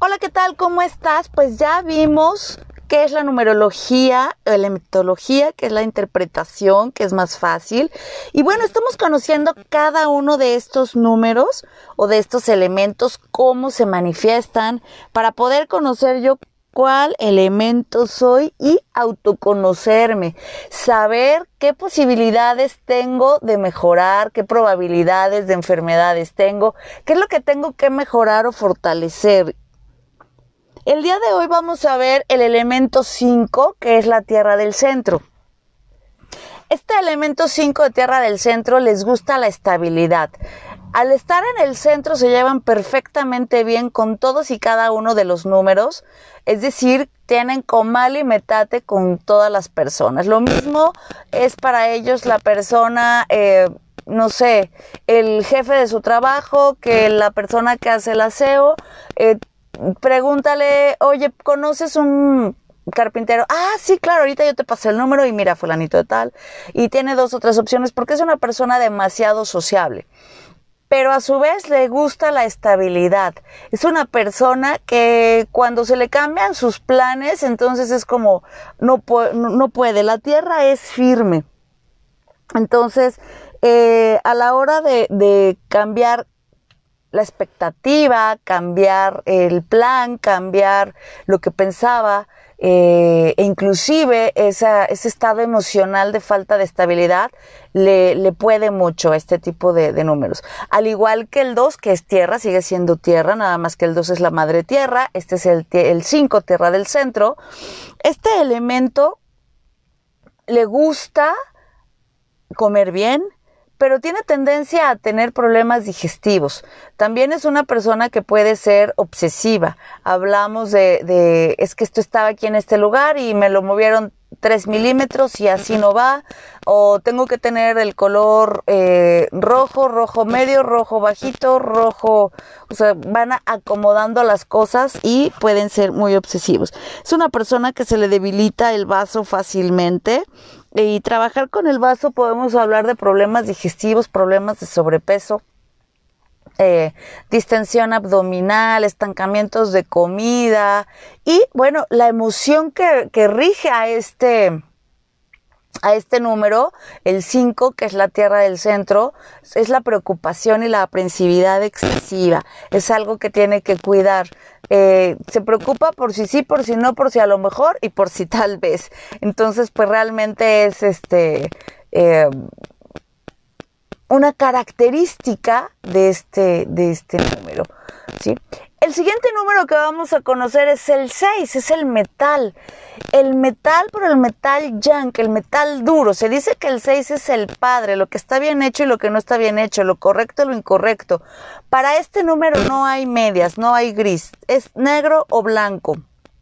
Hola, ¿qué tal? ¿Cómo estás? Pues ya vimos qué es la numerología, la metodología, qué es la interpretación, que es más fácil. Y bueno, estamos conociendo cada uno de estos números o de estos elementos, cómo se manifiestan, para poder conocer yo cuál elemento soy y autoconocerme, saber qué posibilidades tengo de mejorar, qué probabilidades de enfermedades tengo, qué es lo que tengo que mejorar o fortalecer. El día de hoy vamos a ver el elemento 5, que es la Tierra del Centro. Este elemento 5 de Tierra del Centro les gusta la estabilidad. Al estar en el centro se llevan perfectamente bien con todos y cada uno de los números, es decir, tienen comal y metate con todas las personas. Lo mismo es para ellos la persona, no sé, el jefe de su trabajo, que la persona que hace el aseo. Pregúntale, oye, ¿conoces un carpintero? Ah, sí, claro, ahorita yo te pasé el número y mira, fulanito de tal. Y tiene 2 o 3 opciones porque es una persona demasiado sociable. Pero a su vez le gusta la estabilidad. Es una persona que cuando se le cambian sus planes, entonces es como, no puede. La tierra es firme. Entonces, a la hora de cambiar la expectativa, cambiar el plan, cambiar lo que pensaba, e inclusive ese estado emocional de falta de estabilidad le puede mucho a este tipo de números. Al igual que el 2, que es tierra, sigue siendo tierra, nada más que el 2 es la madre tierra, este es el 5, Tierra del Centro. Este elemento le gusta comer bien, pero tiene tendencia a tener problemas digestivos. También es una persona que puede ser obsesiva. Hablamos de es que esto estaba aquí en este lugar y me lo movieron 3 milímetros y así no va. O tengo que tener el color rojo, rojo medio, rojo bajito, rojo. O sea, van acomodando las cosas y pueden ser muy obsesivos. Es una persona que se le debilita el vaso fácilmente. Y trabajar con el vaso podemos hablar de problemas digestivos, problemas de sobrepeso, distensión abdominal, estancamientos de comida y bueno, la emoción que rige a este número, el 5, que es la Tierra del Centro, es la preocupación y la aprensividad excesiva. Es algo que tiene que cuidar. Se preocupa por si sí, por si no, por si a lo mejor y por si tal vez. Entonces, pues realmente es una característica de este número, ¿sí? El siguiente número que vamos a conocer es el 6, es el metal. El metal, pero el metal yang, el metal duro. Se dice que el 6 es el padre, lo que está bien hecho y lo que no está bien hecho, lo correcto y lo incorrecto. Para este número no hay medias, no hay gris, es negro o blanco.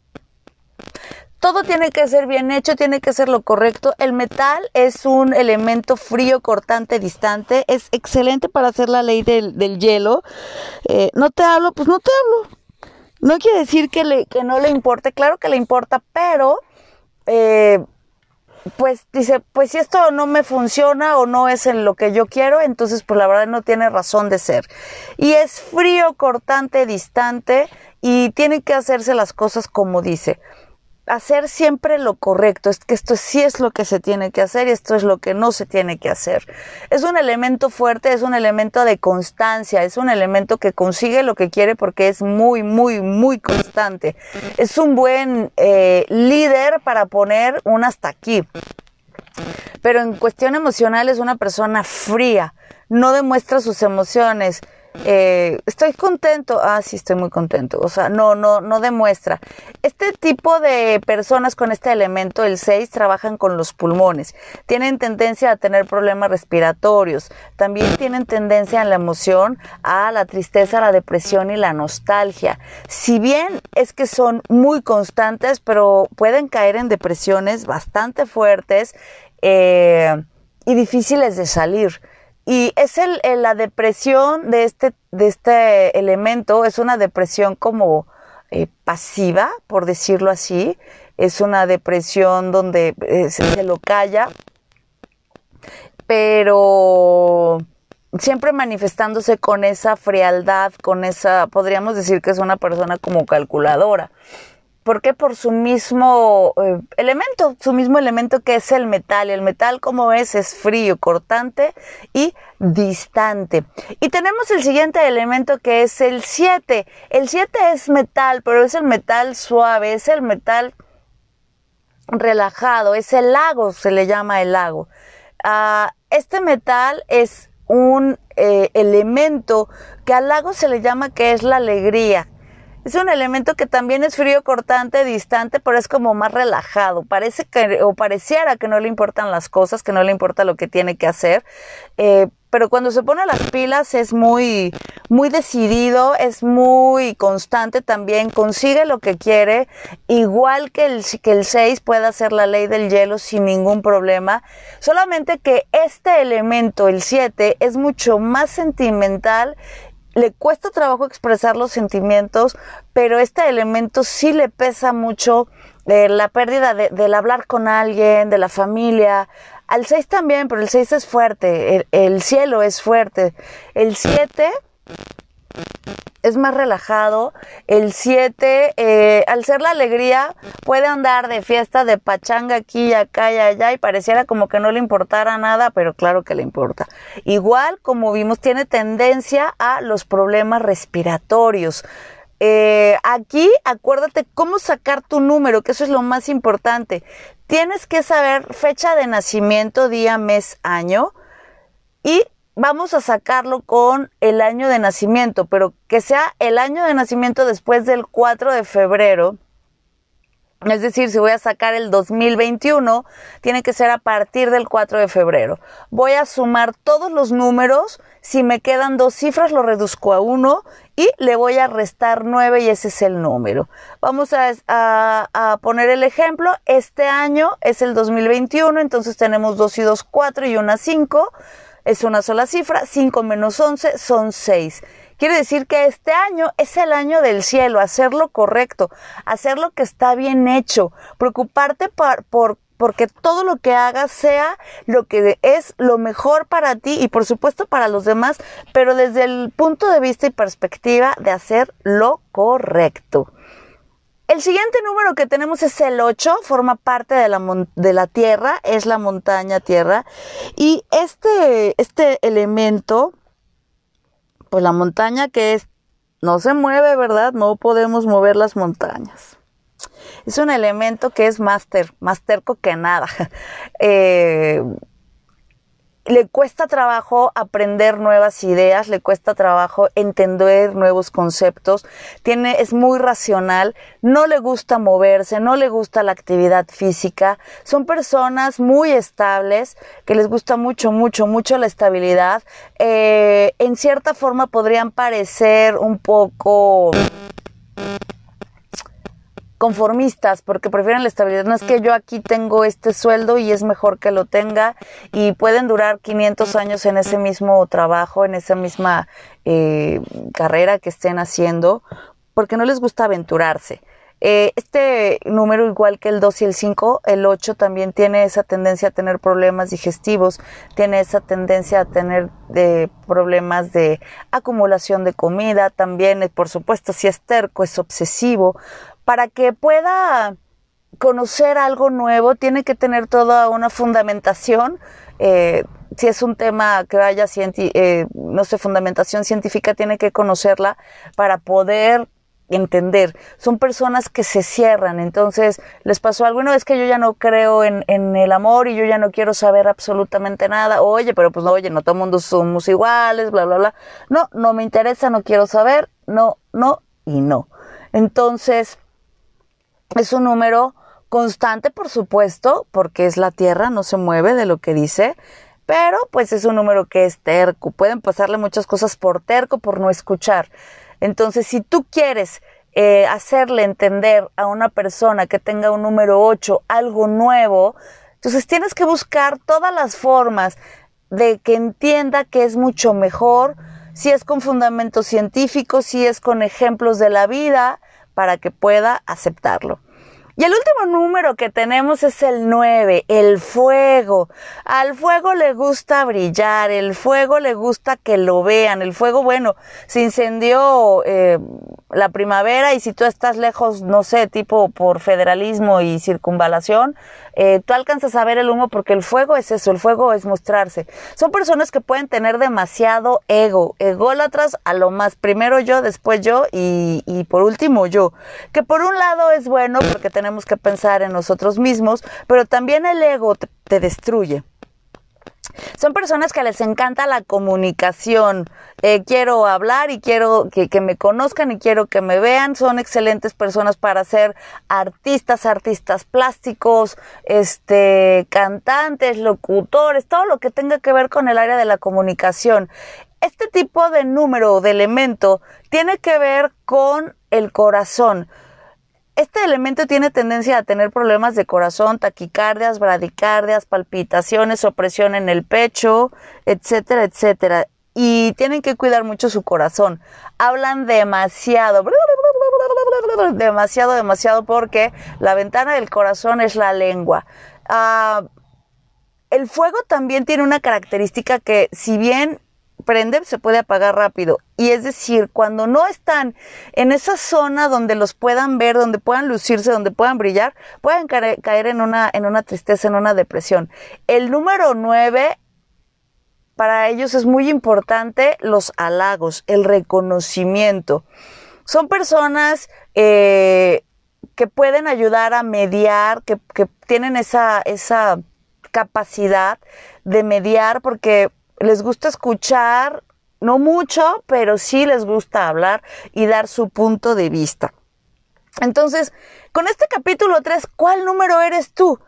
Todo tiene que ser bien hecho, tiene que ser lo correcto. El metal es un elemento frío, cortante, distante. Es excelente para hacer la ley del hielo. No te hablo, pues no te hablo. No quiere decir que no le importe. Claro que le importa, pero pues dice, pues si esto no me funciona o no es en lo que yo quiero, entonces pues la verdad no tiene razón de ser. Y es frío, cortante, distante y tiene que hacerse las cosas como dice. Hacer siempre lo correcto, es que esto sí es lo que se tiene que hacer y esto es lo que no se tiene que hacer. Es un elemento fuerte, es un elemento de constancia, es un elemento que consigue lo que quiere porque es muy, muy, muy constante. Es un buen líder para poner un hasta aquí. Pero en cuestión emocional es una persona fría, no demuestra sus emociones. Estoy contento, sí estoy muy contento, o sea, no demuestra. Este tipo de personas con este elemento, el 6, trabajan con los pulmones, tienen tendencia a tener problemas respiratorios, también tienen tendencia en la emoción a la tristeza, la depresión y la nostalgia. Si bien es que son muy constantes, pero pueden caer en depresiones bastante fuertes y difíciles de salir. Y es la depresión de este elemento, es una depresión como pasiva, por decirlo así. Es una depresión donde se lo calla, pero siempre manifestándose con esa frialdad, con esa, podríamos decir que es una persona como calculadora. ¿Por qué? Por su mismo elemento que es el metal. Y el metal, como es frío, cortante y distante. Y tenemos el siguiente elemento que es el 7. El 7 es metal, pero es el metal suave, es el metal relajado, es el lago, se le llama el lago. Este metal es un elemento que al lago se le llama que es la alegría. Es un elemento que también es frío, cortante, distante, pero es como más relajado. Parece que, o pareciera que no le importan las cosas, que no le importa lo que tiene que hacer. Pero cuando se pone las pilas es muy, muy decidido, es muy constante también, consigue lo que quiere. Igual que el 6 puede hacer la ley del hielo sin ningún problema. Solamente que este elemento, el 7, es mucho más sentimental. Le cuesta trabajo expresar los sentimientos, pero este elemento sí le pesa mucho la pérdida del hablar con alguien, de la familia. Al 6 también, pero el 6 es fuerte, el cielo es fuerte. El 7 es más relajado. El 7, al ser la alegría, puede andar de fiesta, de pachanga aquí, acá y allá, y pareciera como que no le importara nada, pero claro que le importa. Igual, como vimos, tiene tendencia a los problemas respiratorios. Aquí, acuérdate cómo sacar tu número, que eso es lo más importante. Tienes que saber fecha de nacimiento, día, mes, año, y vamos a sacarlo con el año de nacimiento, pero que sea el año de nacimiento después del 4 de febrero. Es decir, si voy a sacar el 2021, tiene que ser a partir del 4 de febrero. Voy a sumar todos los números. Si me quedan 2 cifras, lo reduzco a 1 y le voy a restar 9 y ese es el número. Vamos a poner el ejemplo. Este año es el 2021, entonces tenemos 2 y 2, 4 y 1, 5. Es una sola cifra. 5 menos 11 son 6. Quiere decir que este año es el año del cielo, hacer lo correcto, hacer lo que está bien hecho, preocuparte porque todo lo que hagas sea lo que es lo mejor para ti y por supuesto para los demás, pero desde el punto de vista y perspectiva de hacer lo correcto. El siguiente número que tenemos es el 8, forma parte de la tierra, es la montaña tierra, y este elemento, pues la montaña no se mueve, ¿verdad? No podemos mover las montañas. Es un elemento que es más terco que nada. Le cuesta trabajo aprender nuevas ideas, le cuesta trabajo entender nuevos conceptos, es muy racional, no le gusta moverse, no le gusta la actividad física. Son personas muy estables, que les gusta mucho la estabilidad. En cierta forma podrían parecer un poco conformistas porque prefieren la estabilidad. No es que yo aquí tengo este sueldo y es mejor que lo tenga, y pueden durar 500 años en ese mismo trabajo, en esa misma carrera que estén haciendo, porque no les gusta aventurarse. Este número, igual que el 2 y el 5, el 8 también tiene esa tendencia a tener problemas digestivos, tiene esa tendencia a tener problemas de acumulación de comida, también, por supuesto, si es terco, es obsesivo. Para que pueda conocer algo nuevo, tiene que tener toda una fundamentación. Si es un tema que vaya, fundamentación científica, tiene que conocerla para poder entender. Son personas que se cierran. Entonces, les pasó alguna vez que yo ya no creo en el amor y yo ya no quiero saber absolutamente nada. Oye, pero pues no, no todo el mundo somos iguales, bla, bla, bla. No me interesa, no quiero saber, no y no. Entonces, es un número constante, por supuesto, porque es la tierra, no se mueve de lo que dice, pero pues es un número que es terco. Pueden pasarle muchas cosas por terco, por no escuchar. Entonces, si tú quieres hacerle entender a una persona que tenga un número 8 algo nuevo, entonces tienes que buscar todas las formas de que entienda que es mucho mejor, si es con fundamentos científicos, si es con ejemplos de la vida, para que pueda aceptarlo. Y el último número que tenemos es el 9, el fuego. Al fuego le gusta brillar, el fuego le gusta que lo vean. El fuego, bueno, se incendió la primavera y si tú estás lejos, no sé, tipo por federalismo y circunvalación, tú alcanzas a ver el humo porque el fuego es eso, el fuego es mostrarse. Son personas que pueden tener demasiado ego, ególatras a lo más, primero yo, después yo y por último yo. Que por un lado es bueno porque tenemos que pensar en nosotros mismos, pero también el ego te destruye. Son personas que les encanta la comunicación. Quiero hablar y quiero que me conozcan y quiero que me vean. Son excelentes personas para ser artistas plásticos, cantantes, locutores, todo lo que tenga que ver con el área de la comunicación. Este tipo de número o de elemento tiene que ver con el corazón. Este elemento tiene tendencia a tener problemas de corazón, taquicardias, bradicardias, palpitaciones, opresión en el pecho, etcétera, etcétera. Y tienen que cuidar mucho su corazón. Hablan demasiado porque la ventana del corazón es la lengua. El fuego también tiene una característica que, si bien prende, se puede apagar rápido. Y es decir, cuando no están en esa zona donde los puedan ver, donde puedan lucirse, donde puedan brillar, pueden caer en una tristeza, en una depresión. El número 9, para ellos es muy importante los halagos, el reconocimiento. Son personas que pueden ayudar a mediar, que tienen esa capacidad de mediar porque les gusta escuchar, no mucho, pero sí les gusta hablar y dar su punto de vista. Entonces, con este capítulo 3, ¿cuál número eres tú?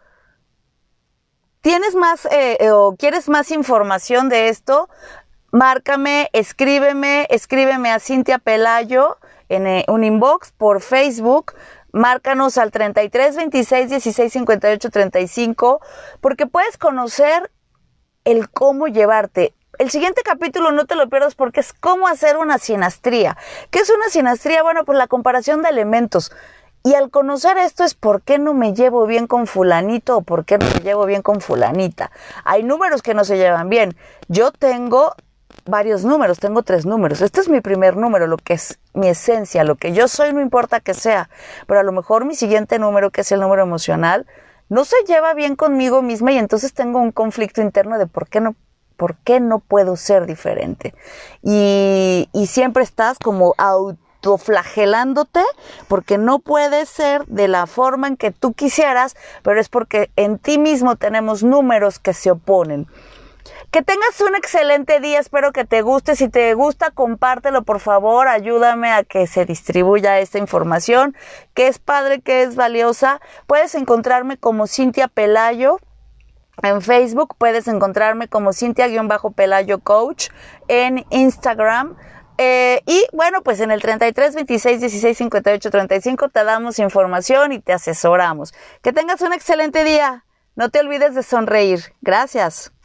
¿Tienes más o quieres más información de esto? Márcame, escríbeme a Cintia Pelayo en un inbox por Facebook. Márcanos al 33 26 16 58 35 porque puedes conocer el cómo llevarte. El siguiente capítulo no te lo pierdas porque es cómo hacer una sinastría. ¿Qué es una sinastría? Bueno, pues la comparación de elementos. Y al conocer esto es por qué no me llevo bien con fulanito o por qué no me llevo bien con fulanita. Hay números que no se llevan bien. Yo tengo varios números, tengo 3 números. Este es mi primer número, lo que es mi esencia, lo que yo soy, no importa que sea. Pero a lo mejor mi siguiente número, que es el número emocional, no se lleva bien conmigo misma y entonces tengo un conflicto interno de por qué no puedo ser diferente. Y siempre estás como autoflagelándote porque no puedes ser de la forma en que tú quisieras, pero es porque en ti mismo tenemos números que se oponen. Que tengas un excelente día, espero que te guste. Si te gusta, compártelo, por favor, ayúdame a que se distribuya esta información, que es padre, que es valiosa. Puedes encontrarme como Cintia Pelayo en Facebook, puedes encontrarme como Cintia-Pelayo Coach en Instagram. Y bueno, pues en el 33 26 16 58 35 te damos información y te asesoramos. Que tengas un excelente día. No te olvides de sonreír. Gracias.